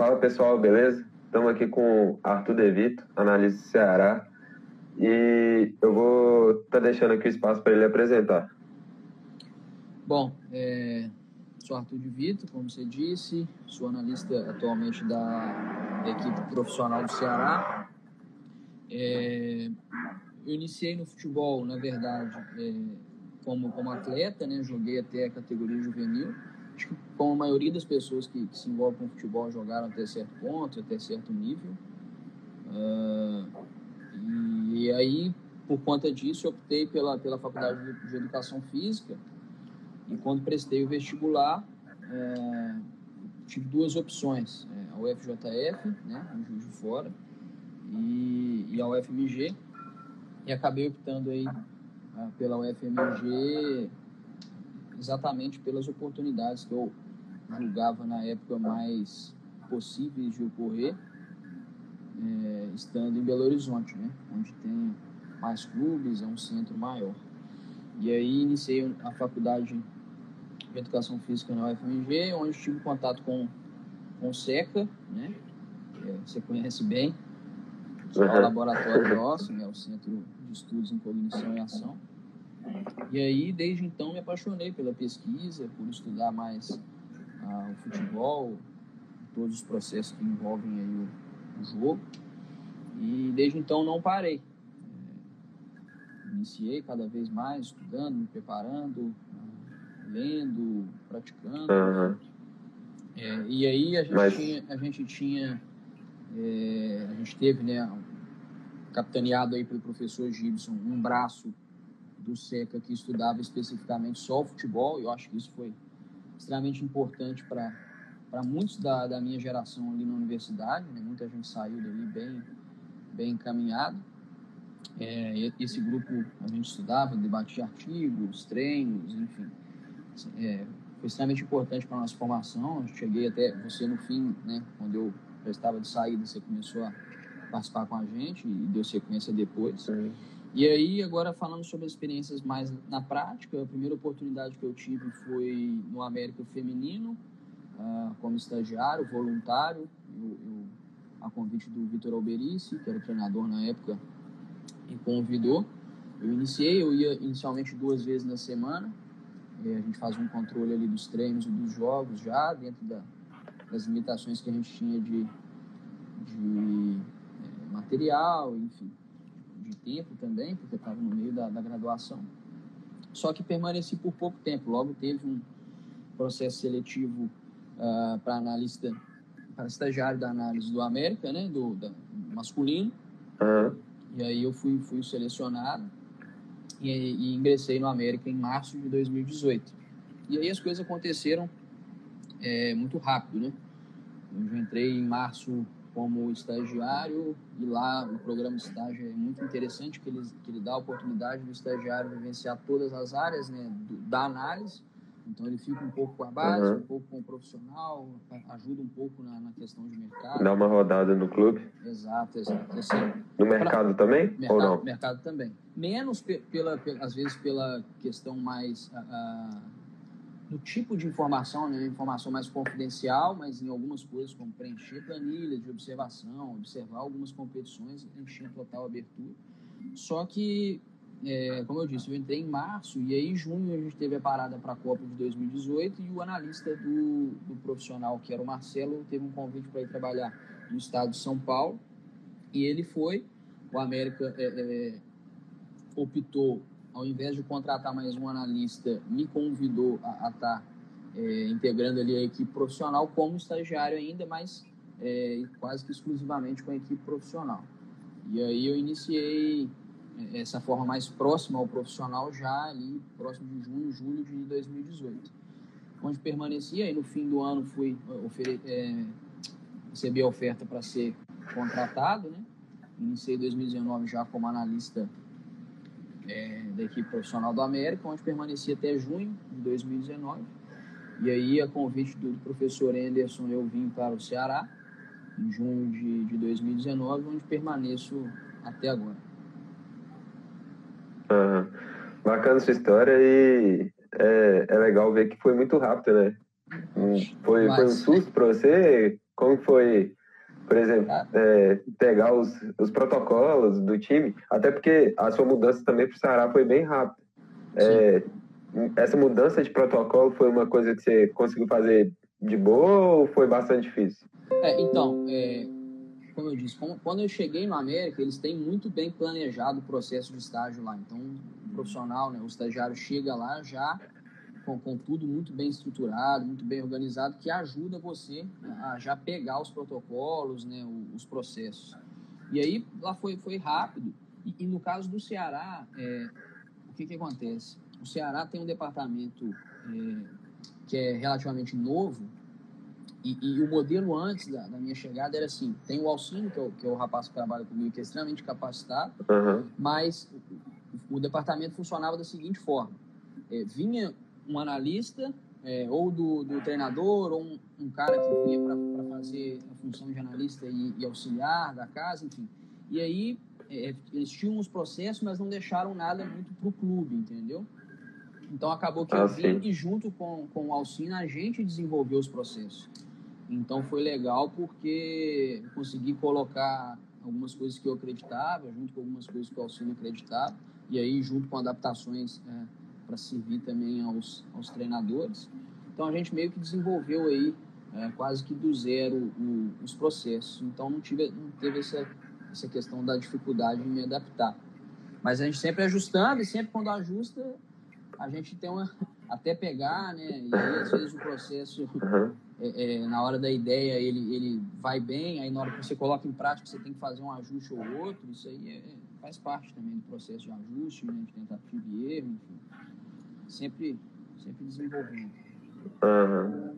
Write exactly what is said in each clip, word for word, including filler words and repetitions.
Fala pessoal, beleza? Estamos aqui com Arthur De Vito, analista do Ceará, e eu vou estar tá deixando aqui o espaço para ele apresentar. Bom, é, sou Arthur De Vito, como você disse, sou analista atualmente da, da equipe profissional do Ceará. É, eu iniciei no futebol, na verdade, é, como, como atleta, né? Joguei até a categoria juvenil. Acho que, como a maioria das pessoas que, que se envolvem com futebol, jogaram até certo ponto, até certo nível. Uh, e, e aí, por conta disso, eu optei pela, pela Faculdade de, de Educação Física. E quando prestei o vestibular, é, tive duas opções, é, a U F J F, né, em Juiz de Fora, e, e a U F M G, e acabei optando aí é, pela U F M G exatamente pelas oportunidades que eu julgava na época mais possíveis de ocorrer, é, estando em Belo Horizonte, né, onde tem mais clubes, é um centro maior. E aí iniciei a faculdade de Educação Física na U F M G, onde tive contato com, com o SECA, né? É, você conhece bem, uhum. O laboratório nosso, né? O Centro de Estudos em Cognição e Ação. E aí, desde então, me apaixonei pela pesquisa, por estudar mais ah, o futebol, todos os processos que envolvem aí o, o jogo. E desde então não parei. É, iniciei cada vez mais estudando, me preparando, lendo, praticando. Uhum. É, e aí a gente Mas... tinha, a gente tinha, é, a gente teve, né, capitaneado aí pelo professor Gibson, um braço do SECA que estudava especificamente só o futebol, e eu acho que isso foi extremamente importante para para muitos da, da minha geração ali na universidade, né, muita gente saiu dali bem, bem encaminhado. É, esse grupo a gente estudava, debatia artigos, treinos, enfim. É, foi extremamente importante para a nossa formação. Eu cheguei até você no fim, né, quando eu já estava de saída, você começou a participar com a gente e deu sequência depois. Uhum. E aí, agora falando sobre as experiências mais na prática, a primeira oportunidade que eu tive foi no América Feminino, uh, como estagiário, voluntário, eu, eu, a convite do Vitor Alberici, que era o treinador na época, me convidou. Eu iniciei, eu ia inicialmente duas vezes na semana. A gente faz um controle ali dos treinos e dos jogos já, dentro da, das limitações que a gente tinha de, de é, material, enfim, de tempo também, porque estava no meio da, da graduação. Só que permaneci por pouco tempo. Logo teve um processo seletivo uh, para analista, para estagiário da análise do América, né, do, da, masculino. Uhum. E aí eu fui, fui selecionado. E, e ingressei no América em março de dois mil e dezoito. E aí as coisas aconteceram é, muito rápido, né? Eu já entrei em março como estagiário e lá o programa de estágio é muito interessante, que ele, que ele dá a oportunidade do estagiário vivenciar todas as áreas, né, do, da análise. Então ele fica um pouco com a base, uhum. um pouco com o profissional, ajuda um pouco na, na questão de mercado. Dá uma rodada no clube. Exato, exato. Assim, no mercado pra... também? Mercado, ou não? Mercado também. Menos, pe- pela, pela, às vezes, pela questão mais... Uh, do tipo de informação, né? Informação mais confidencial, mas em algumas coisas, como preencher planilha de observação, observar algumas competições, a gente tinha total abertura. Só que, é, como eu disse, eu entrei em março e aí em junho a gente teve a parada para a Copa de dois mil e dezoito e o analista do, do profissional, que era o Marcelo, teve um convite para ir trabalhar no estado de São Paulo e ele foi. O América é, é, optou, ao invés de contratar mais um analista, me convidou a estar é, integrando ali a equipe profissional como estagiário ainda, mas é, quase que exclusivamente com a equipe profissional. E aí eu iniciei essa forma mais próxima ao profissional já ali próximo de junho, julho de dois mil e dezoito. Onde permaneci, aí no fim do ano fui ofere- é, recebi a oferta para ser contratado, né? Iniciei dois mil e dezenove já como analista É, da equipe profissional do América, onde permaneci até junho de dois mil e dezenove. E aí, a convite do professor Anderson, eu vim para o Ceará em junho de, de dois mil e dezenove, onde permaneço até agora. Uhum. Bacana sua história e é, é legal ver que foi muito rápido, né? Foi, foi um susto para você Como foi, por exemplo, é, pegar os, os protocolos do time, até porque a sua mudança também para o Ceará foi bem rápida. É, essa mudança de protocolo foi uma coisa que você conseguiu fazer de boa ou foi bastante difícil? É, então, é, como eu disse, quando eu cheguei no América, eles têm muito bem planejado o processo de estágio lá. Então, o profissional, né, o estagiário chega lá já com, com tudo muito bem estruturado, muito bem organizado, que ajuda você a já pegar os protocolos, né, os processos. E aí, lá foi, foi rápido. E, e no caso do Ceará, é, o que que acontece? O Ceará tem um departamento é, que é relativamente novo, e, e o modelo antes da, da minha chegada era assim, tem o Alcino, que é o, que é o rapaz que trabalha comigo, que é extremamente capacitado, uhum. mas o, o departamento funcionava da seguinte forma, é, vinha um analista, é, ou do, do treinador, ou um, um cara que vinha para fazer a função de analista e, e auxiliar da casa, enfim. E aí, é, eles tinham os processos, mas não deixaram nada muito para o clube, entendeu? Então, acabou que ah, eu vim sim. e junto com, com o Alcino, a gente desenvolveu os processos. Então, foi legal porque eu consegui colocar algumas coisas que eu acreditava, junto com algumas coisas que o Alcino acreditava, e aí, junto com adaptações é, para servir também aos, aos treinadores. Então, a gente meio que desenvolveu aí, é, quase que do zero, o, os processos. Então, não, tive, não teve essa, essa questão da dificuldade em me adaptar. Mas a gente sempre ajustando, e sempre quando ajusta, a gente tem uma... até pegar, né? E aí, às vezes, o processo, uhum. é, é, na hora da ideia, ele, ele vai bem, aí na hora que você coloca em prática, você tem que fazer um ajuste ou outro, isso aí é, faz parte também do processo de ajuste, né, de tentativa e erro, enfim. Sempre, sempre desenvolvendo. Uhum.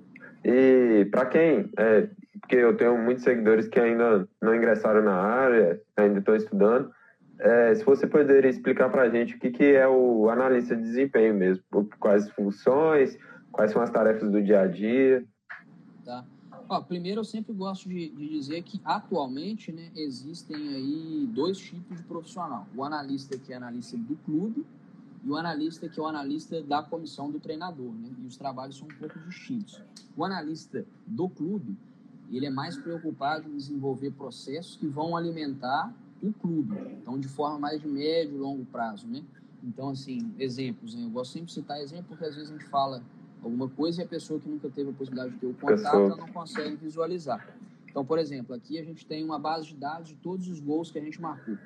E para quem, é, porque eu tenho muitos seguidores que ainda não ingressaram na área, ainda estão estudando, é, se você poderia explicar para a gente o que, que é o analista de desempenho mesmo, quais funções, quais são as tarefas do dia a dia. Tá. Ó, primeiro, eu sempre gosto de, de dizer que atualmente, né, existem aí dois tipos de profissional. O analista que é analista do clube e o analista que é o analista da comissão do treinador, né? E os trabalhos são um pouco distintos. O analista do clube, ele é mais preocupado em desenvolver processos que vão alimentar o clube, então de forma mais de médio e longo prazo, né? Então, assim, exemplos, né? Eu gosto sempre de citar exemplos porque às vezes a gente fala alguma coisa e a pessoa que nunca teve a possibilidade de ter o contato, ela não consegue visualizar. Então, por exemplo, aqui a gente tem uma base de dados de todos os gols que a gente marcou.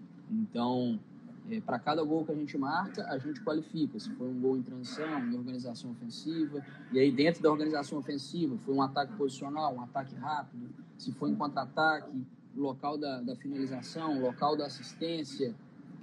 Então, é, para cada gol que a gente marca, a gente qualifica se foi um gol em transição, em organização ofensiva, e aí dentro da organização ofensiva foi um ataque posicional, um ataque rápido, se foi em contra-ataque, o local da, da finalização, o local da assistência,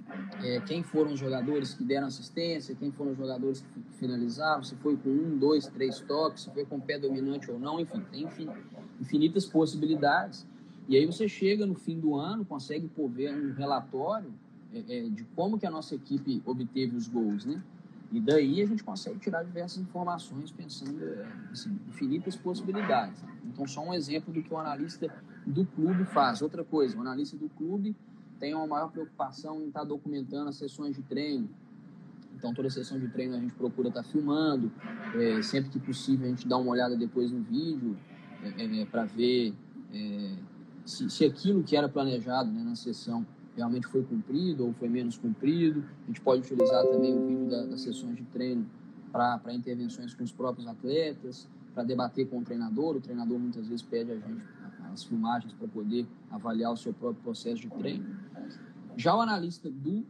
é, quem foram os jogadores que deram assistência, quem foram os jogadores que finalizaram, se foi com um, dois, três toques, se foi com pé dominante ou não, enfim, tem infinitas possibilidades. E aí você chega no fim do ano, consegue pô, ver um relatório é, é, de como que a nossa equipe obteve os gols, né? E daí a gente consegue tirar diversas informações pensando é, assim, infinitas possibilidades. Então, só um exemplo do que o analista do clube faz. Outra coisa, o analista do clube tem uma maior preocupação em estar documentando as sessões de treino. Então, toda sessão de treino a gente procura estar filmando. É, sempre que possível, a gente dá uma olhada depois no vídeo é, é, para ver é, se, se aquilo que era planejado, né, na sessão realmente foi cumprido ou foi menos cumprido. A gente pode utilizar também o vídeo da, das sessões de treino para intervenções com os próprios atletas, para debater com o treinador. O treinador muitas vezes pede a gente as filmagens para poder avaliar o seu próprio processo de treino. Já o analista do,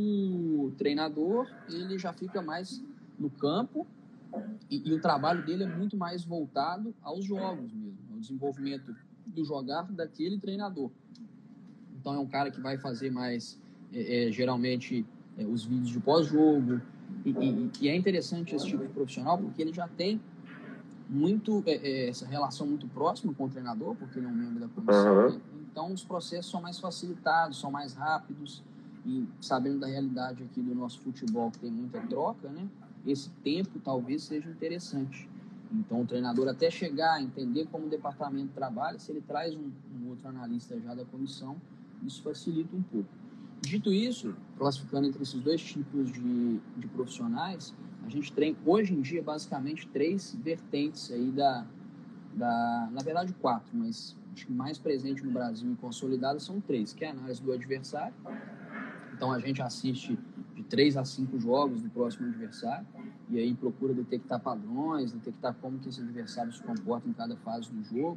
do treinador, ele já fica mais no campo e, e o trabalho dele é muito mais voltado aos jogos mesmo, ao desenvolvimento do jogar daquele treinador. Então é um cara que vai fazer mais, é, é, geralmente, é, os vídeos de pós-jogo. E, e, e é interessante esse tipo de profissional porque ele já tem muito é, é, essa relação muito próxima com o treinador, porque ele é um membro da comissão, uhum. né? Então os processos são mais facilitados, são mais rápidos, e sabendo da realidade aqui do nosso futebol, que tem muita troca, né? Esse tempo talvez seja interessante. Então o treinador até chegar a entender como o departamento trabalha, se ele traz um, um outro analista já da comissão, isso facilita um pouco. Dito isso, classificando entre esses dois tipos de, de profissionais, a gente tem hoje em dia basicamente três vertentes aí da, da, na verdade quatro, mas acho que mais presente no Brasil e consolidado são três, que é a análise do adversário. Então a gente assiste de três a cinco jogos do próximo adversário e aí procura detectar padrões, detectar como que esse adversário se comporta em cada fase do jogo.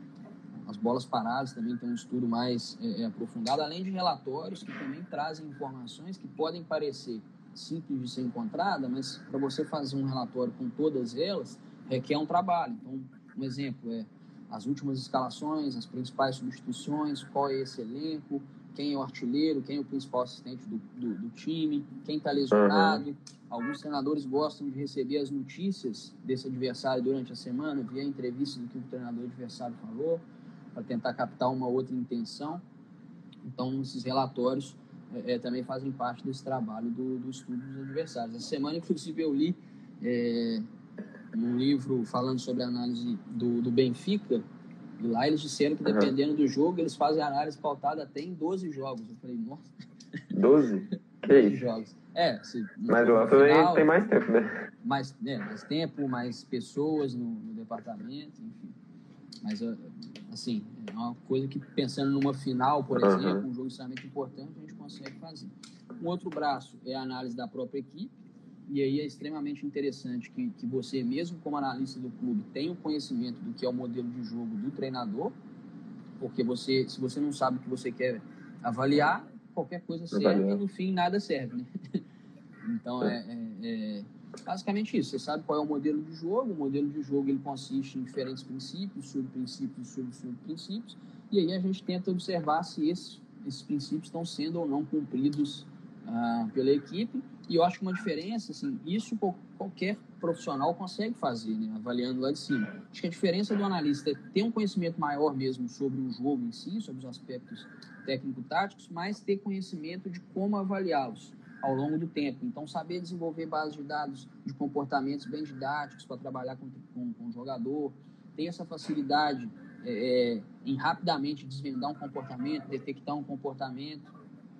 As bolas paradas também tem um estudo mais é, aprofundado, além de relatórios que também trazem informações que podem parecer simples de ser encontrada, mas para você fazer um relatório com todas elas, requer um trabalho. Então, um exemplo é as últimas escalações, as principais substituições, qual é esse elenco, quem é o artilheiro, quem é o principal assistente do, do, do time, quem está lesionado. Uhum. Alguns treinadores gostam de receber as notícias desse adversário durante a semana, via entrevista do que o treinador adversário falou, para tentar captar uma outra intenção. Então, esses relatórios é, também fazem parte desse trabalho do, do estudo dos adversários. Essa semana, inclusive, eu li é, um livro falando sobre a análise do, do Benfica, e lá eles disseram que, dependendo do jogo, eles fazem análise pautada até em doze jogos. Eu falei, nossa... doze? Que isso? Jogos. É, se, mas lá também tem mais tempo, né? Mais, né, mais tempo, mais pessoas no, no departamento, enfim. Mas, assim, é uma coisa que, pensando numa final, por exemplo, uhum. um jogo extremamente importante, a gente consegue fazer. Um outro braço é a análise da própria equipe, e aí é extremamente interessante que, que você, mesmo como analista do clube, tenha o conhecimento do que é o modelo de jogo do treinador, porque você, se você não sabe o que você quer avaliar, qualquer coisa serve e, no fim, nada serve, né? Então, é, é, é basicamente isso. Você sabe qual é o modelo de jogo. O modelo de jogo ele consiste em diferentes princípios, subprincípios e sub-subprincípios. E aí a gente tenta observar se esses, esses princípios estão sendo ou não cumpridos ah, pela equipe. E eu acho que uma diferença, assim, isso qualquer profissional consegue fazer, né, avaliando lá de cima. Acho que a diferença do analista é ter um conhecimento maior mesmo sobre o jogo em si, sobre os aspectos técnico-táticos, mas ter conhecimento de como avaliá-los ao longo do tempo. Então, saber desenvolver bases de dados de comportamentos bem didáticos para trabalhar com, com, com o jogador, ter essa facilidade é, é, em rapidamente desvendar um comportamento, detectar um comportamento.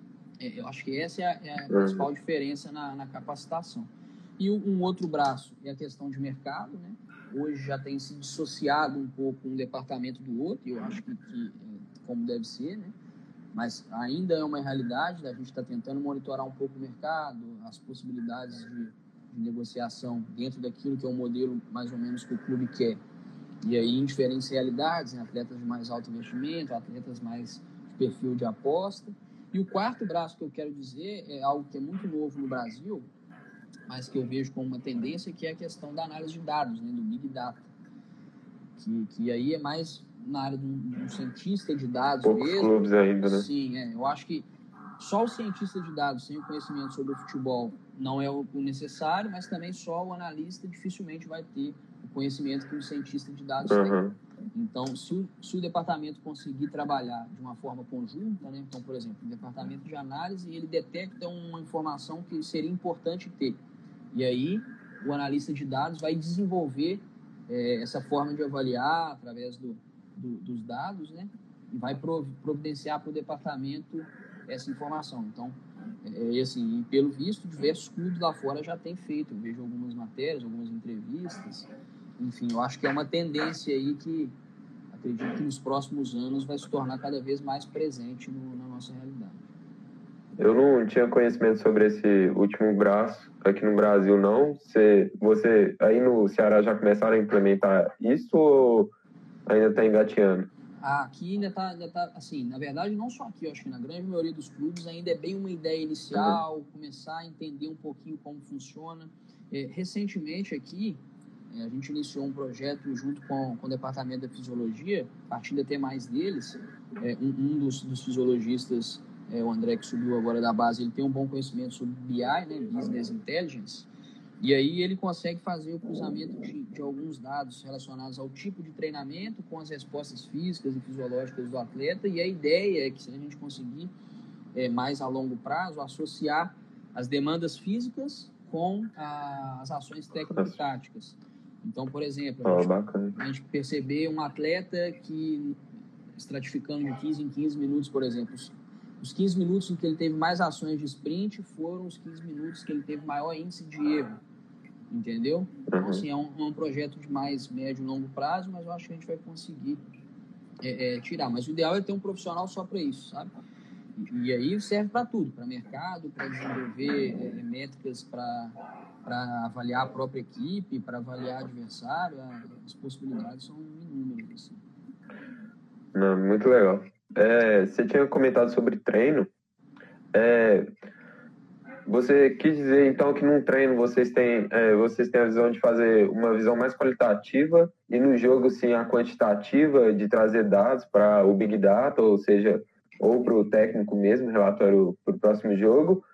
É, eu acho que essa é a, é a principal diferença na, na capacitação. E um outro braço é a questão de mercado, né? Hoje já tem se dissociado um pouco um departamento do outro, e eu acho que, que é, como deve ser, né? Mas ainda é uma realidade, a gente está tentando monitorar um pouco o mercado, as possibilidades de, de negociação dentro daquilo que é o modelo mais ou menos que o clube quer. E aí em diferentes realidades, né? Atletas de mais alto investimento, atletas mais de perfil de aposta. E o quarto braço que eu quero dizer é algo que é muito novo no Brasil, mas que eu vejo como uma tendência, que é a questão da análise de dados, né? Do Big Data. Que, que aí é mais na área de um, de um cientista de dados Poucos mesmo. Clubes ainda, né? Sim, é. Eu acho que só o cientista de dados sem o conhecimento sobre o futebol não é o necessário, mas também só o analista dificilmente vai ter o conhecimento que o cientista de dados uhum. tem. Então, se o, se o departamento conseguir trabalhar de uma forma conjunta, né? Então, por exemplo, o departamento de análise, ele detecta uma informação que seria importante ter. E aí, o analista de dados vai desenvolver é, essa forma de avaliar através do Do, dos dados, né? E vai providenciar para o departamento essa informação. Então, é, assim, e pelo visto, diversos clubes lá fora já têm feito. Eu vejo algumas matérias, algumas entrevistas. Enfim, eu acho que é uma tendência aí que acredito que nos próximos anos vai se tornar cada vez mais presente no, na nossa realidade. Eu não tinha conhecimento sobre esse último braço aqui no Brasil, não. Você, você aí no Ceará já começaram a implementar isso ou ainda está engateando? Ah, aqui ainda está, ainda tá, assim, na verdade, não só aqui, eu acho que na grande maioria dos clubes ainda é bem uma ideia inicial, uhum. começar a entender um pouquinho como funciona. É, recentemente aqui, é, a gente iniciou um projeto junto com, com o Departamento da Fisiologia, partindo até mais deles. É, um um dos, dos fisiologistas, é, o André, que subiu agora da base, ele tem um bom conhecimento sobre B I, né, Business Intelligence. E aí ele consegue fazer o cruzamento de, de alguns dados relacionados ao tipo de treinamento com as respostas físicas e fisiológicas do atleta. E a ideia é que, se a gente conseguir, é, mais a longo prazo, associar as demandas físicas com a, as ações técnico-táticas. Então, por exemplo, a gente, a gente perceber um atleta que, estratificando de quinze em quinze minutos, por exemplo, os, os quinze minutos em que ele teve mais ações de sprint foram os quinze minutos que ele teve maior índice de erro. entendeu? Então, assim, é um, é um projeto de mais médio e longo prazo, mas eu acho que a gente vai conseguir é, é, tirar. Mas o ideal é ter um profissional só para isso, sabe? E, e aí serve para tudo, para mercado, para desenvolver é, métricas para avaliar a própria equipe, para avaliar adversário, as possibilidades são inúmeras, assim. Não, muito legal. É, você tinha comentado sobre treino. É, você quis dizer, então, que num treino vocês têm, é, vocês têm a visão de fazer uma visão mais qualitativa e no jogo, sim, a quantitativa, de trazer dados para o Big Data, ou seja, ou para o técnico mesmo, relatório para o próximo jogo?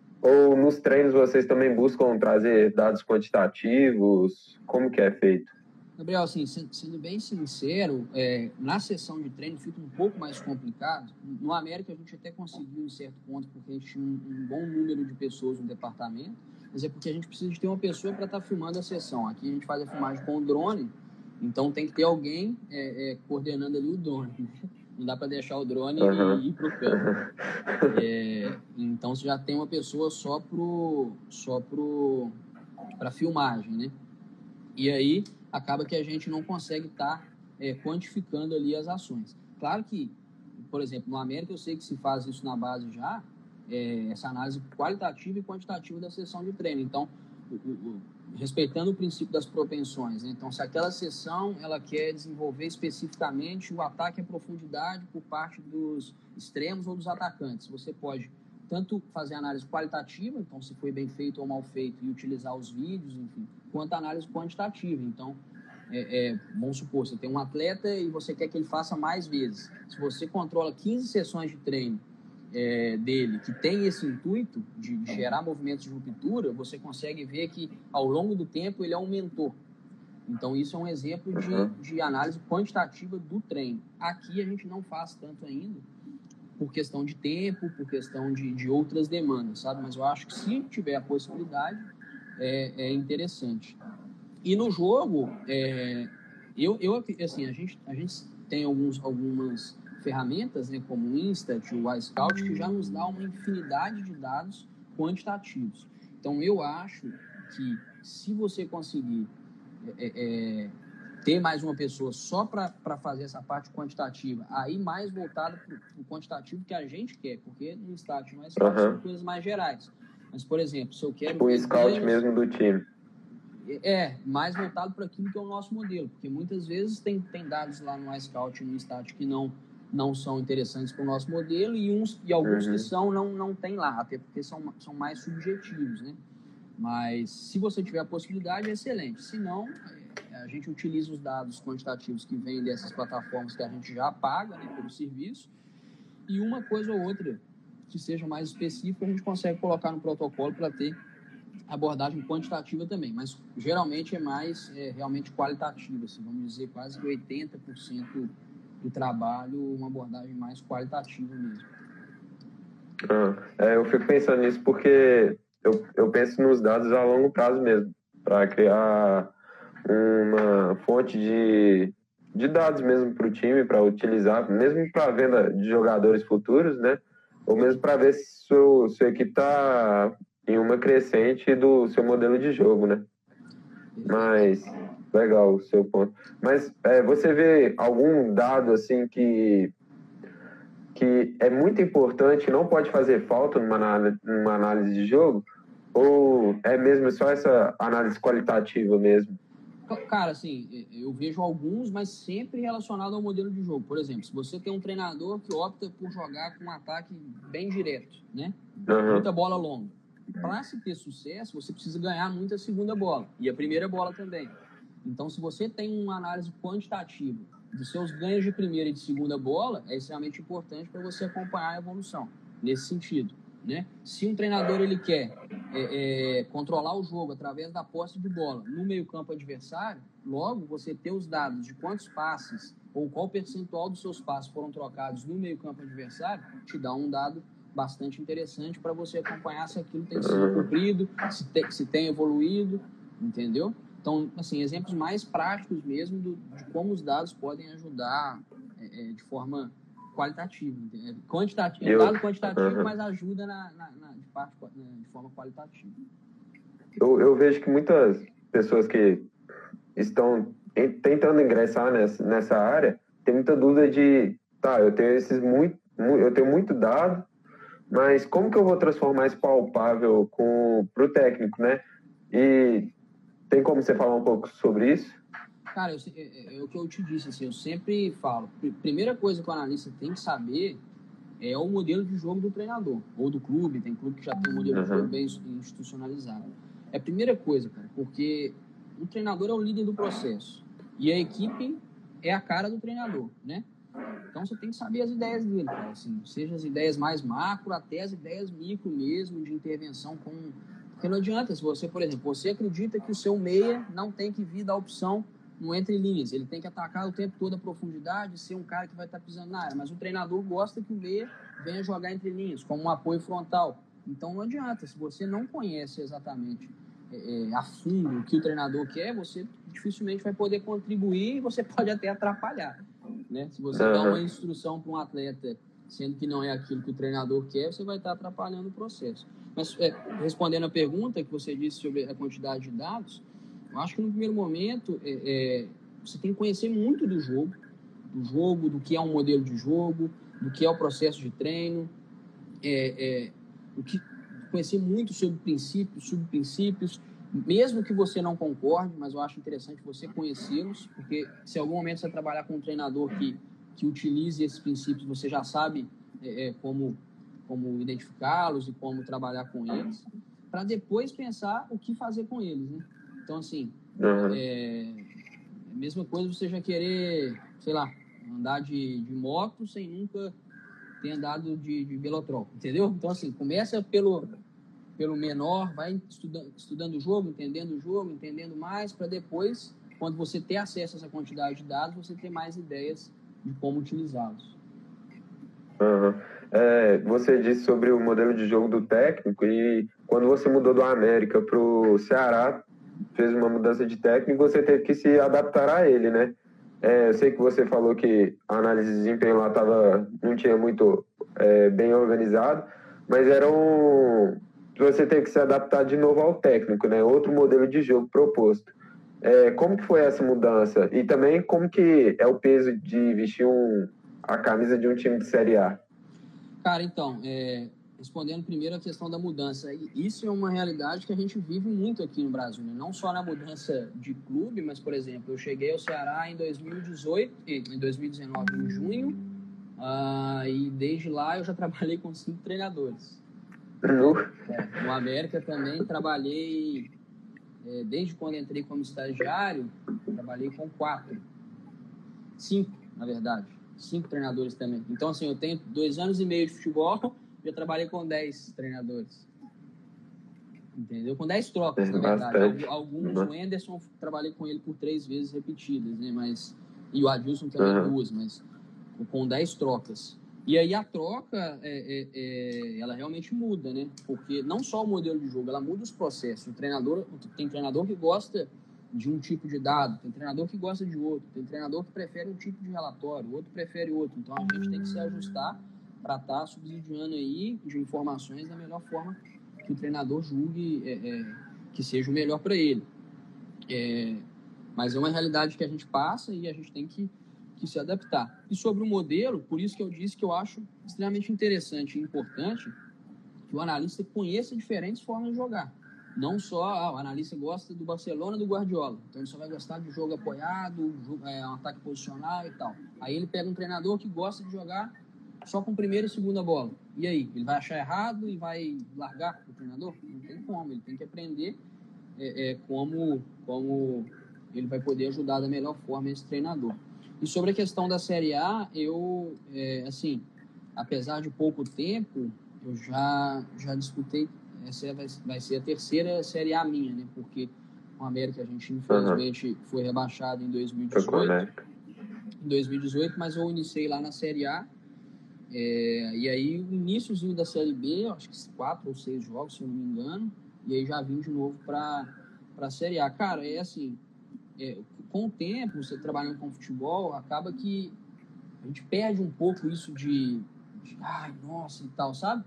Ou nos treinos vocês também buscam trazer dados quantitativos? Como que é feito? Gabriel, assim, sendo bem sincero, é, na sessão de treino fica um pouco mais complicado. No América a gente até conseguiu em certo ponto, porque a gente tinha um, um bom número de pessoas no departamento, mas é porque a gente precisa de ter uma pessoa para estar tá filmando a sessão. Aqui a gente faz a filmagem com o drone, então tem que ter alguém é, é, coordenando ali o drone. Não dá para deixar o drone uhum. e ir para o campo. É, então você já tem uma pessoa só para só pro, para filmagem, né? E aí acaba que a gente não consegue estar tá, é, quantificando ali as ações. Claro que, por exemplo, no América eu sei que se faz isso na base já, é, essa análise qualitativa e quantitativa da sessão de treino. Então, o, o, respeitando o princípio das propensões, né? Então, se aquela sessão ela quer desenvolver especificamente o ataque à profundidade por parte dos extremos ou dos atacantes, você pode tanto fazer análise qualitativa, então se foi bem feito ou mal feito, e utilizar os vídeos, enfim, quanto análise quantitativa. Então, é, é, vamos supor, você tem um atleta e você quer que ele faça mais vezes. Se você controla quinze sessões de treino é, dele que tem esse intuito de, de gerar movimentos de ruptura, você consegue ver que, ao longo do tempo, ele aumentou. Então, isso é um exemplo de, de análise quantitativa do treino. Aqui a gente não faz tanto ainda, por questão de tempo, por questão de, de outras demandas, sabe? Mas eu acho que se tiver a possibilidade, é, é interessante. E no jogo, é, eu, eu, assim, a gente, a gente tem alguns, algumas ferramentas, né, como o Instat, o iScout, que já nos dá uma infinidade de dados quantitativos. Então, eu acho que se você conseguir é, é, ter mais uma pessoa só para fazer essa parte quantitativa, aí mais voltado para o quantitativo que a gente quer, porque no Stat, no iScout, uhum. são coisas mais gerais. Mas, por exemplo, se eu quero... Tipo o Scout menos, mesmo do time. É, mais voltado para aquilo que é o nosso modelo, porque muitas vezes tem, tem dados lá no iScout e no Stat que não, não são interessantes para o nosso modelo e, uns, e alguns uhum. que são, não, não tem lá, até porque são, são mais subjetivos, né? Mas se você tiver a possibilidade, é excelente. Se não, a gente utiliza os dados quantitativos que vêm dessas plataformas que a gente já paga, né, pelo serviço, e uma coisa ou outra que seja mais específica, a gente consegue colocar no protocolo para ter abordagem quantitativa também, mas geralmente é mais é, realmente qualitativa, assim, vamos dizer, quase que oitenta por cento do trabalho, uma abordagem mais qualitativa mesmo. Ah, é, eu fico pensando nisso porque eu, eu penso nos dados a longo prazo mesmo, para criar uma fonte de, de dados mesmo para o time, para utilizar, mesmo para a venda de jogadores futuros, né? Ou mesmo para ver se sua, sua equipe está em uma crescente do seu modelo de jogo, né? Mas, legal o seu ponto. Mas é, você vê algum dado, assim, que, que é muito importante, não pode fazer falta numa, numa análise de jogo? Ou é mesmo só essa análise qualitativa mesmo? Cara, assim, eu vejo alguns, mas sempre relacionado ao modelo de jogo. Por exemplo, se você tem um treinador que opta por jogar com um ataque bem direto, né? Uhum. Muita bola longa. Para se ter sucesso, você precisa ganhar muita segunda bola. E a primeira bola também. Então, se você tem uma análise quantitativa dos seus ganhos de primeira e de segunda bola, é extremamente importante para você acompanhar a evolução. Nesse sentido, né? Se um treinador ele quer é, é, controlar o jogo através da posse de bola no meio-campo adversário, logo você ter os dados de quantos passes ou qual percentual dos seus passes foram trocados no meio-campo adversário, te dá um dado bastante interessante para você acompanhar se aquilo tem sido cumprido, se tem, se tem evoluído, entendeu? Então, assim, exemplos mais práticos mesmo do, de como os dados podem ajudar é, de forma qualitativa, quantitativa, é um dado quantitativo, uhum. mas ajuda na, na, na, de, parte, de forma qualitativa. Eu, eu vejo que muitas, pessoas que estão tentando ingressar nessa, nessa área tem muita dúvida de, tá, eu tenho esses muito, eu tenho muito dado, mas como que eu vou transformar isso palpável para o técnico, né? E tem como você falar um pouco sobre isso? Cara, eu, é, é o que eu te disse, assim, eu sempre falo, primeira coisa que o analista tem que saber é o modelo de jogo do treinador, ou do clube, tem clube que já tem um modelo uhum. de jogo bem institucionalizado. É a primeira coisa, cara, porque o treinador é o líder do processo, e a equipe é a cara do treinador, né? Então você tem que saber as ideias dele, cara, assim, seja as ideias mais macro até as ideias micro mesmo, de intervenção com... Porque não adianta, se você, por exemplo, você acredita que o seu meia não tem que vir da opção no entre linhas, ele tem que atacar o tempo todo a profundidade, ser um cara que vai estar pisando na área, mas o treinador gosta que o meia venha jogar entre linhas, como um apoio frontal. Então não adianta, se você não conhece exatamente é, a fundo o que o treinador quer, você dificilmente vai poder contribuir e você pode até atrapalhar, né? Se você uhum. dá uma instrução para um atleta, sendo que não é aquilo que o treinador quer, você vai estar atrapalhando o processo. Mas é, respondendo a pergunta que você disse sobre a quantidade de dados, eu acho que no primeiro momento é, é, você tem que conhecer muito do jogo, do jogo, do que é um modelo de jogo, do que é o processo de treino, é, é, o que, conhecer muito sobre princípios, subprincípios, mesmo que você não concorde, mas eu acho interessante você conhecê-los, porque se em algum momento você trabalhar com um treinador que, que utilize esses princípios, você já sabe é, é, como, como identificá-los e como trabalhar com eles, para depois pensar o que fazer com eles, né? Então, assim, uhum. é a mesma coisa você já querer, sei lá, andar de, de moto sem nunca ter andado de, de velotrol, entendeu? Então, assim, começa pelo, pelo menor, vai estudando, estudando o jogo, entendendo o jogo, entendendo mais, para depois, quando você ter acesso a essa quantidade de dados, você ter mais ideias de como utilizá-los. Uhum. É, você disse sobre o modelo de jogo do técnico e quando você mudou do América para o Ceará, fez uma mudança de técnico, você teve que se adaptar a ele, né? É, eu sei que você falou que a análise de desempenho lá tava, não tinha muito é, bem organizado, mas era um... Você teve que se adaptar de novo ao técnico, né? Outro modelo de jogo proposto. É, como que foi essa mudança? E também como que é o peso de vestir um, a camisa de um time de Série A? Cara, então, é... respondendo primeiro a questão da mudança, isso é uma realidade que a gente vive muito aqui no Brasil, né? Não só na mudança de clube, mas, por exemplo, eu cheguei ao Ceará em dois mil e dezoito, em dois mil e dezenove, em junho, uh, e desde lá eu já trabalhei com cinco treinadores. É, no América também trabalhei, é, desde quando entrei como estagiário, trabalhei com quatro, cinco, na verdade, cinco treinadores também. Então, assim, eu tenho dois anos e meio de futebol, já trabalhei com dez treinadores. Entendeu? Com dez trocas, é, na verdade. Bastante. Alguns, uhum. O Anderson, trabalhei com ele por três vezes repetidas, né? Mas, e o Adilson também uhum. duas, mas com dez trocas. E aí a troca, é, é, é, ela realmente muda, né? Porque não só o modelo de jogo, ela muda os processos. O treinador, tem treinador que gosta de um tipo de dado, tem treinador que gosta de outro, tem treinador que prefere um tipo de relatório, outro prefere outro. Então a gente tem que se ajustar para estar subsidiando aí de informações da melhor forma que o treinador julgue é, é, que seja o melhor para ele. É, mas é uma realidade que a gente passa e a gente tem que, que se adaptar. E sobre o modelo, por isso que eu disse que eu acho extremamente interessante e importante que o analista conheça diferentes formas de jogar. Não só ah, o analista gosta do Barcelona, do Guardiola, então ele só vai gostar de jogo apoiado, jogo, é, um ataque posicional e tal. Aí ele pega um treinador que gosta de jogar só com primeira e segunda bola. E aí? Ele vai achar errado e vai largar o treinador? Não tem como, ele tem que aprender é, é, como, como ele vai poder ajudar da melhor forma esse treinador. E sobre a questão da Série A, eu, é, assim, apesar de pouco tempo, eu já, já disputei, essa vai, vai ser a terceira Série A minha, né? Porque com a América a gente, infelizmente, uhum. foi rebaixado em dois mil e dezoito. Em dois mil e dezoito, mas eu iniciei lá na Série A. É, e aí, o iníciozinho da Série B, acho que quatro ou seis jogos, se eu não me engano, e aí já vim de novo para a Série A. Cara, é assim, é, com o tempo, você trabalhando com futebol, acaba que a gente perde um pouco isso de, de ai, nossa, e tal, sabe?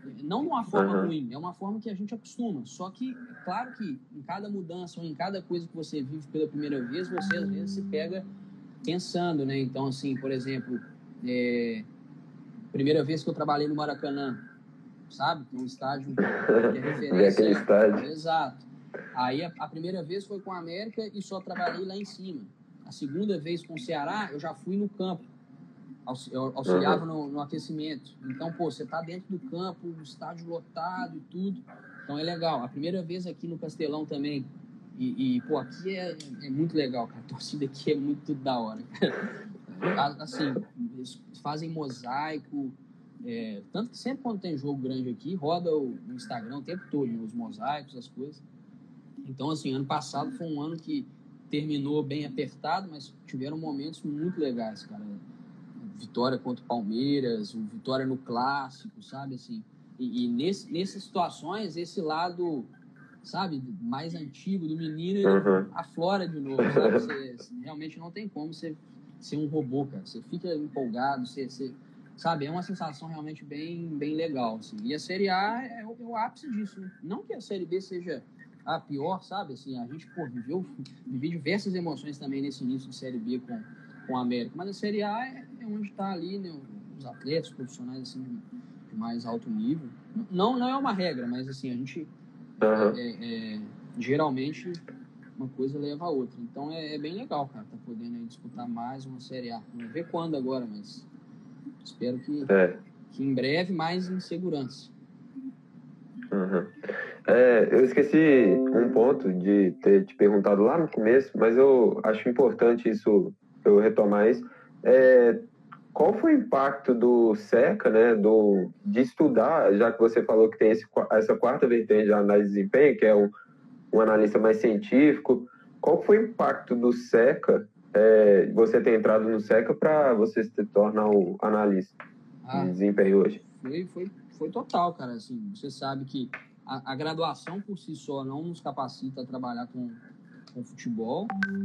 Não de uma forma Uhum. ruim, é uma forma que a gente acostuma. Só que, claro que em cada mudança ou em cada coisa que você vive pela primeira vez, você às vezes se pega pensando, né? Então, assim, por exemplo, é, primeira vez que eu trabalhei no Maracanã, sabe? Um estádio que é referência. Ver aquele estádio. Exato. Aí a, a primeira vez foi com a América e só trabalhei lá em cima. A segunda vez com o Ceará, eu já fui no campo. Eu auxiliava uhum. no, no aquecimento. Então, pô, você tá dentro do campo, o estádio lotado e tudo. Então é legal. A primeira vez aqui no Castelão também. E, e pô, aqui é, é muito legal, cara. A torcida aqui é muito da hora. Assim, eles fazem mosaico. É, tanto que sempre quando tem jogo grande aqui, roda o, o Instagram o tempo todo, né, os mosaicos, as coisas. Então, assim, ano passado foi um ano que terminou bem apertado, mas tiveram momentos muito legais, cara. Vitória contra o Palmeiras, vitória no Clássico, sabe, assim. E, e nesse, nessas situações, esse lado, sabe, mais antigo do menino, ele uhum. aflora de novo, sabe? Você, realmente não tem como você ser um robô, cara. Você fica empolgado, você, você, sabe? É uma sensação realmente bem, bem legal, assim. E a Série A é o, é o ápice disso, né? Não que a Série B seja a pior, sabe? Assim, a gente, pô, viveu, vivi diversas emoções também nesse início de Série B com, com a América. Mas a Série A é, é onde está ali, né, os atletas profissionais, assim, de, de mais alto nível. Não, não é uma regra, mas, assim, a gente, uhum. é, é, é, geralmente, uma coisa leva a outra. Então, é, é bem legal, cara, tá podendo aí disputar mais uma Série A. Vamos ver quando agora, mas espero que, é. que em breve mais em segurança. Uhum. É, eu esqueci um ponto de ter te perguntado lá no começo, mas eu acho importante isso, eu retomar isso. É, qual foi o impacto do SECA, né, do, de estudar, já que você falou que tem esse, essa quarta vertente de análise de desempenho, que é um, um analista mais científico, qual foi o impacto do SECA, é, você ter entrado no SECA para você se tornar um analista ah, de desempenho hoje? Foi, foi, foi total, cara. Assim, você sabe que a, a graduação por si só não nos capacita a trabalhar com, com futebol.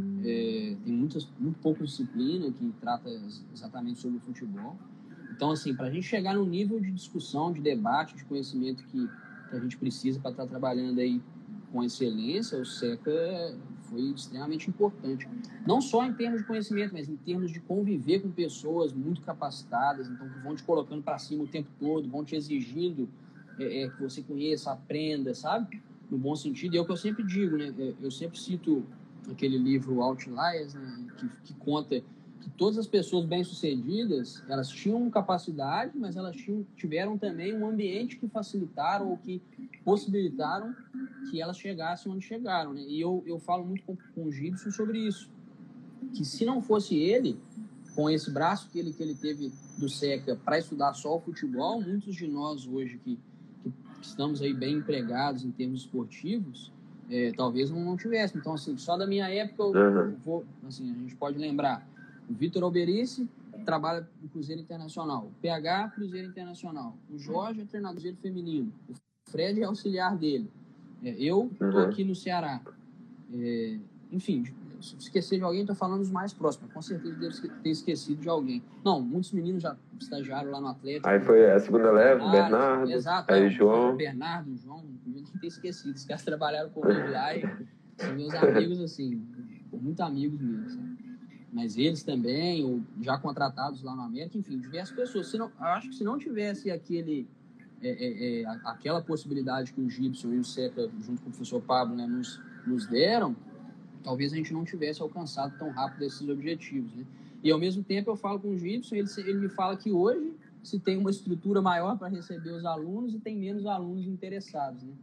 É, tem muitas, muito pouca disciplina que trata exatamente sobre o futebol. Então, assim, para a gente chegar no nível de discussão, de debate, de conhecimento que, que a gente precisa para estar trabalhando aí com excelência, o SECA foi extremamente importante. Não só em termos de conhecimento, mas em termos de conviver com pessoas muito capacitadas, então que vão te colocando para cima o tempo todo, vão te exigindo é, é, que você conheça, aprenda, sabe? No bom sentido. E é o que eu sempre digo, né? Eu sempre cito aquele livro Outliers, né? que, que conta que todas as pessoas bem-sucedidas, elas tinham capacidade, mas elas tinham, tiveram também um ambiente que facilitaram ou que possibilitaram que elas chegassem onde chegaram, né? E eu, eu falo muito com, com o Gibson sobre isso, que se não fosse ele, com esse braço que ele, que ele teve do SECA para estudar só o futebol, muitos de nós hoje que, que estamos aí bem empregados em termos esportivos, é, talvez não, não tivéssemos. Então, assim, só da minha época, eu, uhum. eu vou, assim, a gente pode lembrar, o Vitor Alberici trabalha no Cruzeiro Internacional, o P H, Cruzeiro Internacional, o Jorge é treinador do Cruzeiro Feminino, o Fred é auxiliar dele, é, eu estou uhum. aqui no Ceará. É, enfim, se esquecer de alguém, estou falando dos mais próximos. Com certeza devo ter esquecido de alguém. Não, muitos meninos já estagiaram lá no Atlético. Aí foi a segunda leva, Bernardo, exato, aí é, João. Bernardo, João, não devia ter esquecido. Os caras trabalharam comigo lá e são meus amigos, assim, muito amigos mesmo, sabe? Mas eles também, ou já contratados lá no América, enfim, diversas pessoas. Se não, eu acho que se não tivesse aquele, é, é, é, aquela possibilidade que o Gibson e o SECA, junto com o professor Pablo, né, nos, nos deram, talvez a gente não tivesse alcançado tão rápido esses objetivos, né? E, ao mesmo tempo, eu falo com o Gibson, ele, ele me fala que hoje se tem uma estrutura maior para receber os alunos e tem menos alunos interessados, né?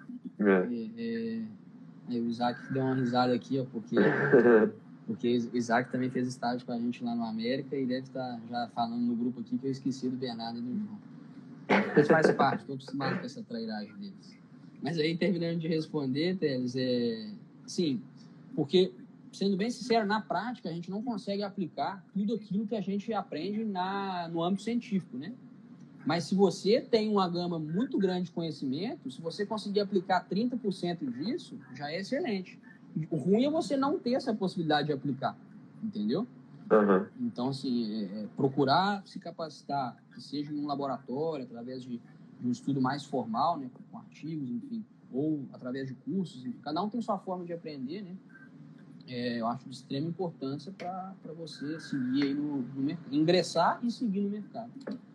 É. É, é, o Isaac deu uma risada aqui, ó, porque... Porque o Isaac também fez estágio com a gente lá no América e deve estar já falando no grupo aqui que eu esqueci do Bernardo e do João. Mas faz parte, estou acostumado com essa trairagem deles. Mas aí, terminando de responder, Teles, é... Sim, porque, sendo bem sincero, na prática a gente não consegue aplicar tudo aquilo que a gente aprende na, no âmbito científico, né? Mas se você tem uma gama muito grande de conhecimento, se você conseguir aplicar trinta por cento disso, já é excelente. O ruim é você não ter essa possibilidade de aplicar, entendeu? Uhum. Então, assim, é, é procurar se capacitar, que seja em um laboratório, através de, de um estudo mais formal, né, com artigos, enfim, ou através de cursos. Enfim, cada um tem sua forma de aprender, né? É, eu acho de extrema importância para você seguir aí no, no mercado, ingressar e seguir no mercado.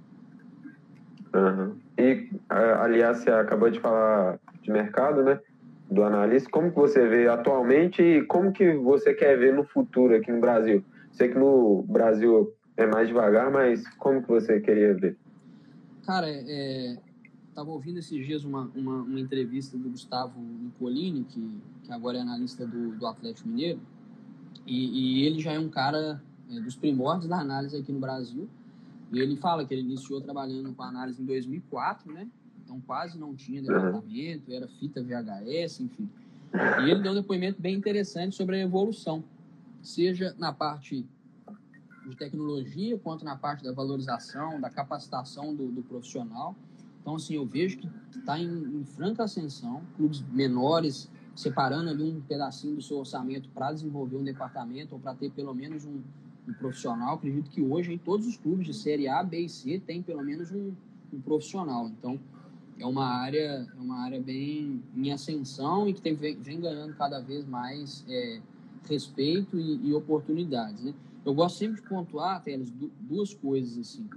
Uhum. E, aliás, você acabou de falar de mercado, né? Do analista. Como que você vê atualmente e como que você quer ver no futuro aqui no Brasil? Sei que no Brasil é mais devagar, mas como que você queria ver? Cara, é, estava ouvindo esses dias uma, uma, uma entrevista do Gustavo Nicolini, que, que agora é analista do, do Atlético Mineiro, e, e ele já é um cara é, dos primórdios da análise aqui no Brasil, e ele fala que ele iniciou trabalhando com análise em dois mil e quatro, né? Então quase não tinha departamento, era fita V H S, enfim. E ele deu um depoimento bem interessante sobre a evolução, seja na parte de tecnologia, quanto na parte da valorização, da capacitação do, do profissional. Então, assim, eu vejo que está em, em franca ascensão, clubes menores separando ali um pedacinho do seu orçamento para desenvolver um departamento ou para ter pelo menos um, um profissional. Acredito que hoje em todos os clubes de Série A, B e C tem pelo menos um, um profissional. Então, é uma área, é uma área bem em ascensão e que tem, vem, vem ganhando cada vez mais é, respeito e, e oportunidades, né? Eu gosto sempre de pontuar, Teles, duas coisas assim.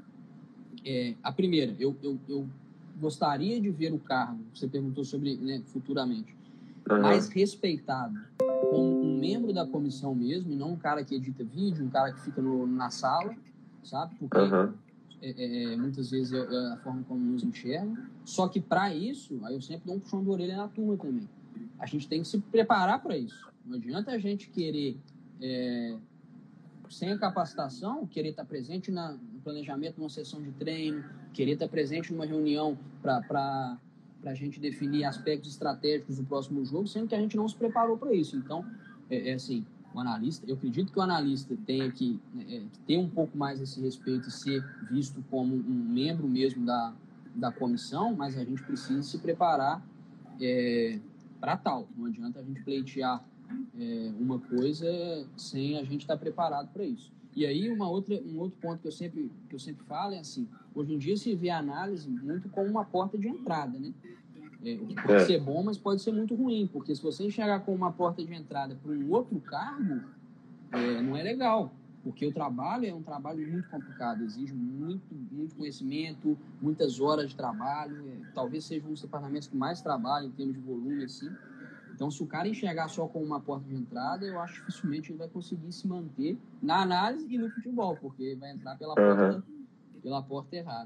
É, a primeira, eu, eu, eu gostaria de ver o cargo, você perguntou sobre, né, futuramente, uhum, mais respeitado como um membro da comissão mesmo, e não um cara que edita vídeo, um cara que fica no, na sala, sabe? Porque uhum, é, é, muitas vezes é, é a forma como nos enxergam. Só que para isso, aí eu sempre dou um puxão de orelha na turma também. A gente tem que se preparar para isso. Não adianta a gente querer... É, sem a capacitação, querer estar presente na, no planejamento de uma sessão de treino, querer estar presente numa reunião para a gente definir aspectos estratégicos do próximo jogo, sendo que a gente não se preparou para isso. Então, é, é assim, o analista, eu acredito que o analista tenha que, é, ter um pouco mais esse respeito e ser visto como um membro mesmo da, da comissão, mas a gente precisa se preparar é, para tal. Não adianta a gente pleitear É, uma coisa sem a gente estar preparado para isso. E aí uma outra, um outro ponto que eu sempre que eu sempre falo é assim: hoje em dia se vê a análise muito como uma porta de entrada, né? É, o que pode é. ser bom, mas pode ser muito ruim, porque se você enxergar como uma porta de entrada para um outro cargo, é, não é legal, porque o trabalho é um trabalho muito complicado, exige muito, muito conhecimento, muitas horas de trabalho, é, talvez seja um dos departamentos que mais trabalha em termos de volume, assim. Então, se o cara enxergar só como uma porta de entrada, eu acho que dificilmente ele vai conseguir se manter na análise e no futebol, porque vai entrar pela porta, uhum, pela porta errada.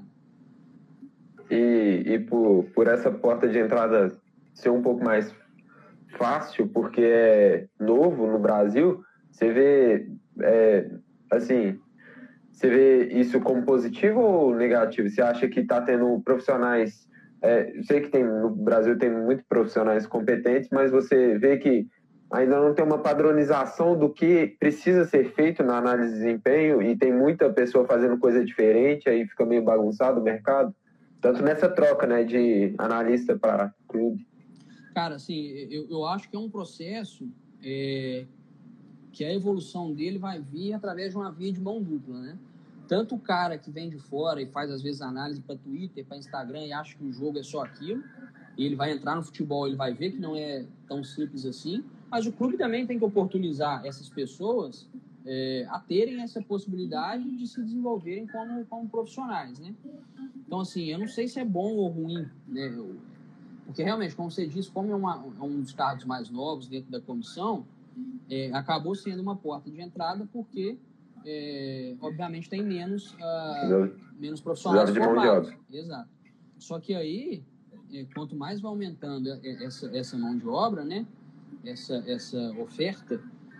E, e por, por essa porta de entrada ser um pouco mais fácil, porque é novo no Brasil, você vê, é, assim, você vê isso como positivo ou negativo? Você acha que está tendo profissionais... É, eu sei que tem, no Brasil tem muitos profissionais competentes, mas você vê que ainda não tem uma padronização do que precisa ser feito na análise de desempenho e tem muita pessoa fazendo coisa diferente, aí fica meio bagunçado o mercado. Tanto nessa troca, né, de analista para clube. Cara, assim, eu, eu acho que é um processo é, que a evolução dele vai vir através de uma via de mão dupla, né? Tanto o cara que vem de fora e faz, às vezes, análise para Twitter, para Instagram e acha que o jogo é só aquilo, e ele vai entrar no futebol, ele vai ver que não é tão simples assim, mas o clube também tem que oportunizar essas pessoas é, a terem essa possibilidade de se desenvolverem como, como profissionais, né? Então, assim, eu não sei se é bom ou ruim, né? Porque, realmente, como você disse, como é, uma, é um dos cargos mais novos dentro da comissão, é, acabou sendo uma porta de entrada porque... É, obviamente tem menos, uh, menos profissionais de formados. Mão de Exato. Só que aí, é, quanto mais vai aumentando essa, essa mão de obra, né, essa, essa oferta,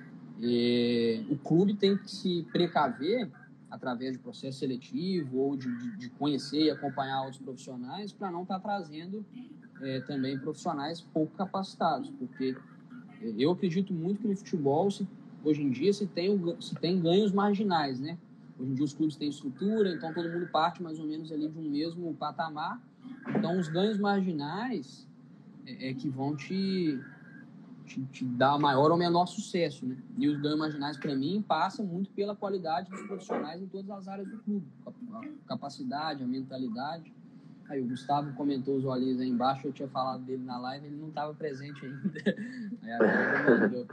é, o clube tem que se precaver através de processo seletivo ou de, de, de conhecer e acompanhar outros profissionais para não estar tá trazendo é, também profissionais pouco capacitados, porque eu acredito muito que no futebol se hoje em dia se tem, se tem ganhos marginais, né? Hoje em dia os clubes têm estrutura, então todo mundo parte mais ou menos ali de um mesmo patamar. Então os ganhos marginais é, é que vão te, te, te dar maior ou menor sucesso, né? E os ganhos marginais, para mim, passam muito pela qualidade dos profissionais em todas as áreas do clube. A capacidade, a mentalidade. Aí o Gustavo comentou os olhinhos aí embaixo, eu tinha falado dele na live, ele não estava presente ainda. Aí agora ele mandou.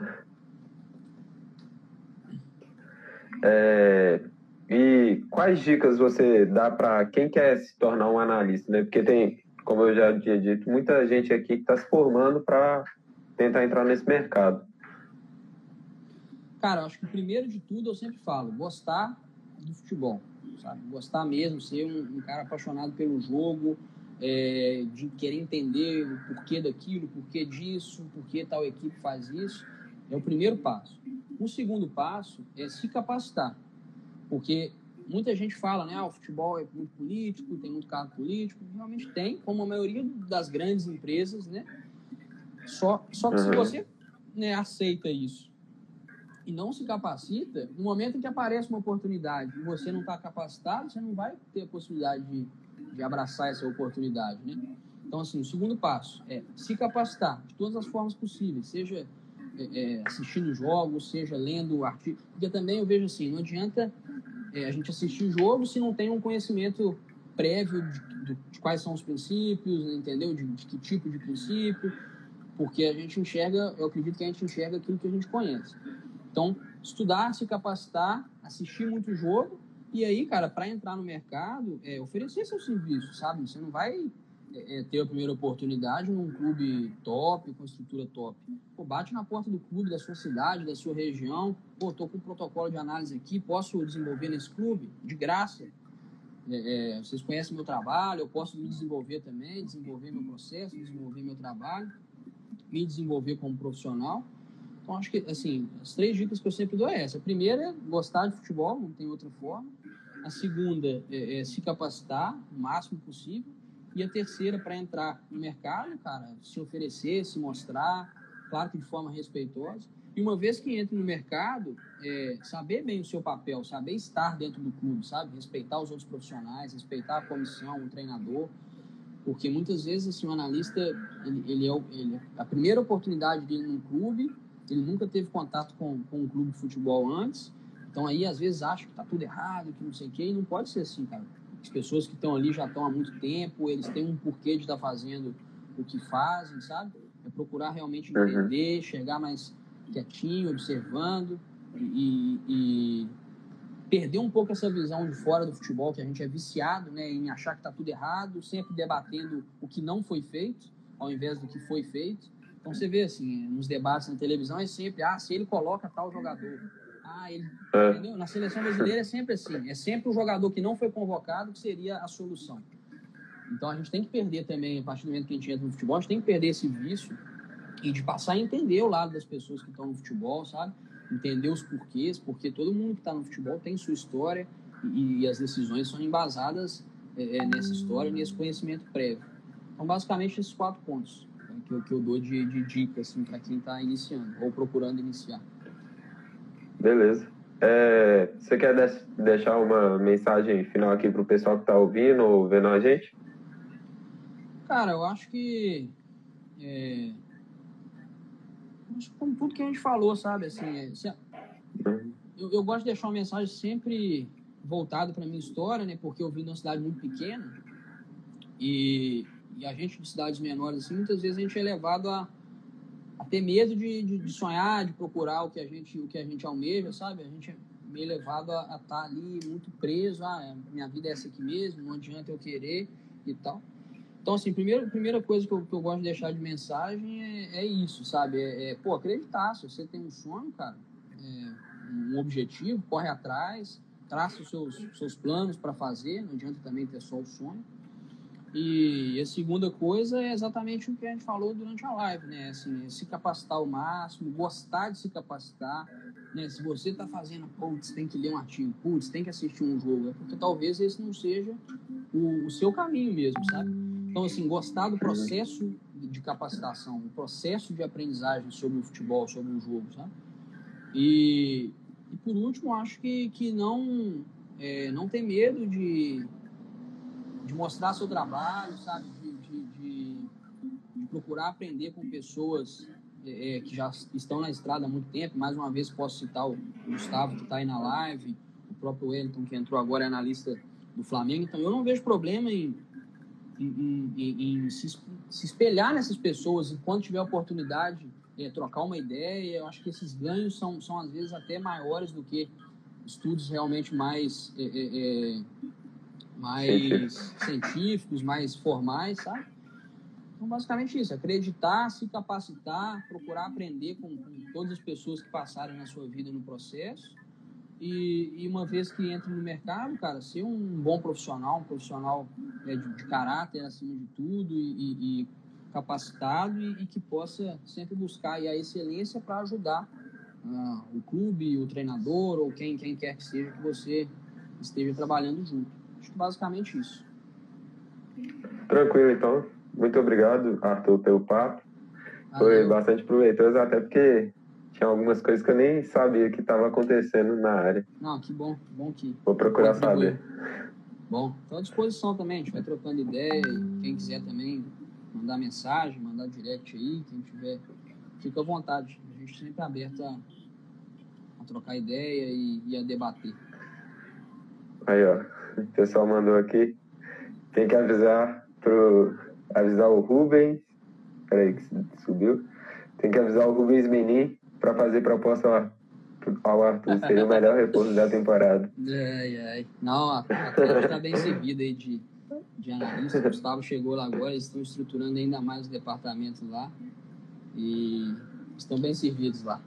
É, e quais dicas você dá para quem quer se tornar um analista, né? Porque tem, como eu já tinha dito, muita gente aqui que está se formando para tentar entrar nesse mercado. Cara, eu acho que o primeiro de tudo eu sempre falo, gostar do futebol, sabe? Gostar mesmo, ser um, um cara apaixonado pelo jogo, é, de querer entender o porquê daquilo, o porquê disso, o porquê tal equipe faz isso, é o primeiro passo. O segundo passo é se capacitar, porque muita gente fala, né, ah, o futebol é muito político, tem muito cargo político, realmente tem, como a maioria das grandes empresas, né? Só, só que uhum. se você, né, aceita isso e não se capacita, no momento em que aparece uma oportunidade e você não está capacitado, você não vai ter a possibilidade de, de abraçar essa oportunidade, né? Então, assim, o segundo passo é se capacitar de todas as formas possíveis, seja é, é, assistindo jogos, seja lendo artigos, porque também eu vejo assim, não adianta é, a gente assistir jogo se não tem um conhecimento prévio de, de, de quais são os princípios, entendeu? De, de que tipo de princípio, porque a gente enxerga, eu acredito que a gente enxerga aquilo que a gente conhece. Então, estudar, se capacitar, assistir muito jogo e aí, cara, para entrar no mercado, é, oferecer seu serviço, sabe? Você não vai é, ter a primeira oportunidade num clube top, com estrutura top. Pô, bate na porta do clube, da sua cidade, da sua região. Pô, tô com um protocolo de análise aqui, posso desenvolver nesse clube? De graça. É, é, vocês conhecem meu trabalho, eu posso me desenvolver também, desenvolver meu processo, desenvolver meu trabalho, me desenvolver como profissional. Então, acho que, assim, as três dicas que eu sempre dou é essa. A primeira é gostar de futebol, não tem outra forma. A segunda é, é se capacitar o máximo possível. E a terceira, para entrar no mercado, cara, se oferecer, se mostrar, claro que de forma respeitosa. E uma vez que entra no mercado, é, saber bem o seu papel, saber estar dentro do clube, sabe? Respeitar os outros profissionais, respeitar a comissão, o treinador. Porque muitas vezes, assim, o analista, ele, ele é, ele, a primeira oportunidade dele num clube, ele nunca teve contato com, com um clube de futebol antes, então aí às vezes acha que tá tudo errado, que não sei o quê, e não pode ser assim, cara. As pessoas que estão ali já estão há muito tempo, eles têm um porquê de estar fazendo o que fazem, sabe? É procurar realmente entender, uhum. chegar mais quietinho, observando e, e perder um pouco essa visão de fora do futebol, que a gente é viciado, né, em achar que tá tudo errado, sempre debatendo o que não foi feito, ao invés do que foi feito. Então, você vê, assim, nos debates na televisão, é sempre, ah, se ele coloca tal jogador. Ah, ele... É. Entendeu? Na seleção brasileira é sempre assim. É sempre o jogador que não foi convocado que seria a solução. Então, a gente tem que perder também, a partir do momento que a gente entra no futebol, a gente tem que perder esse vício e de passar a entender o lado das pessoas que estão no futebol, sabe? Entender os porquês, porque todo mundo que está no futebol tem sua história e, e as decisões são embasadas é, nessa história, nesse conhecimento prévio. Então, basicamente, esses quatro pontos que eu, que eu dou de, de dica assim, para quem está iniciando ou procurando iniciar. Beleza. É, você quer de- deixar uma mensagem final aqui para o pessoal que está ouvindo ou vendo a gente? Cara, eu acho que é, acho que como tudo que a gente falou, sabe? Assim, é, se, eu, eu gosto de deixar uma mensagem sempre voltada para minha história, né? Porque eu vim de uma cidade muito pequena e E a gente de cidades menores, assim, muitas vezes a gente é levado a, a ter medo de, de, de sonhar, de procurar o que, a gente, o que a gente almeja, sabe? A gente é meio levado a estar ali muito preso. Ah, minha vida é essa aqui mesmo, não adianta eu querer e tal. Então, assim, primeiro, a primeira coisa que eu, que eu gosto de deixar de mensagem é, é isso, sabe? É, é, pô, acreditar. Se você tem um sonho, cara, é, um objetivo, corre atrás, traça os seus, seus planos para fazer, não adianta também ter só o sonho. E a segunda coisa é exatamente o que a gente falou durante a live, né? Assim, se capacitar ao máximo, gostar de se capacitar, né? Se você está fazendo, putz, tem que ler um artigo, putz, tem que assistir um jogo, é porque talvez esse não seja o, o seu caminho mesmo, sabe? Então, assim, gostar do processo de capacitação, o processo de aprendizagem sobre o futebol, sobre o jogo, sabe? E, e por último, acho que, que não, é, não ter medo de... de mostrar seu trabalho, sabe, de, de, de, de procurar aprender com pessoas é, que já estão na estrada há muito tempo. Mais uma vez posso citar o Gustavo, que está aí na live, o próprio Wellington, que entrou agora, é analista do Flamengo. Então eu não vejo problema em, em, em, em se, se espelhar nessas pessoas enquanto tiver oportunidade, é, trocar uma ideia. Eu acho que esses ganhos são, são às vezes até maiores do que estudos realmente mais, é, é, mais científicos, mais formais, sabe? Então, basicamente isso, acreditar, se capacitar, procurar aprender com, com todas as pessoas que passaram na sua vida no processo e, e uma vez que entra no mercado, cara, ser um bom profissional, um profissional é, de, de caráter acima de tudo e, e capacitado e, e que possa sempre buscar aí a excelência para ajudar uh, o clube, o treinador ou quem, quem quer que seja que você esteja trabalhando junto. Acho que basicamente isso. Tranquilo, então. Muito obrigado, Arthur, pelo papo. Valeu. Foi bastante proveitoso, até porque tinha algumas coisas que eu nem sabia que estava acontecendo na área. Não, que bom, que bom que... Vou procurar saber. Bom, estou à disposição também, a gente vai trocando ideia e quem quiser também mandar mensagem, mandar direct aí, quem tiver, fica à vontade. A gente sempre é aberto a, a trocar ideia e, e a debater. Aí, ó, o pessoal mandou aqui. Tem que avisar pro... avisar o Rubens, peraí que subiu, tem que avisar o Rubens Menin para fazer proposta ao Arthur, seria o melhor reforço da temporada. Ai, ai. Não, a Atlético está bem servida aí de, de analista, o Gustavo chegou lá agora, eles estão estruturando ainda mais o departamento lá e estão bem servidos lá.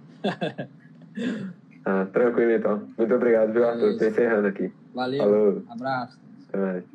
Ah, tranquilo então, muito obrigado, viu, Arthur, estou encerrando aqui. Valeu, Falou. Abraço. Até mais.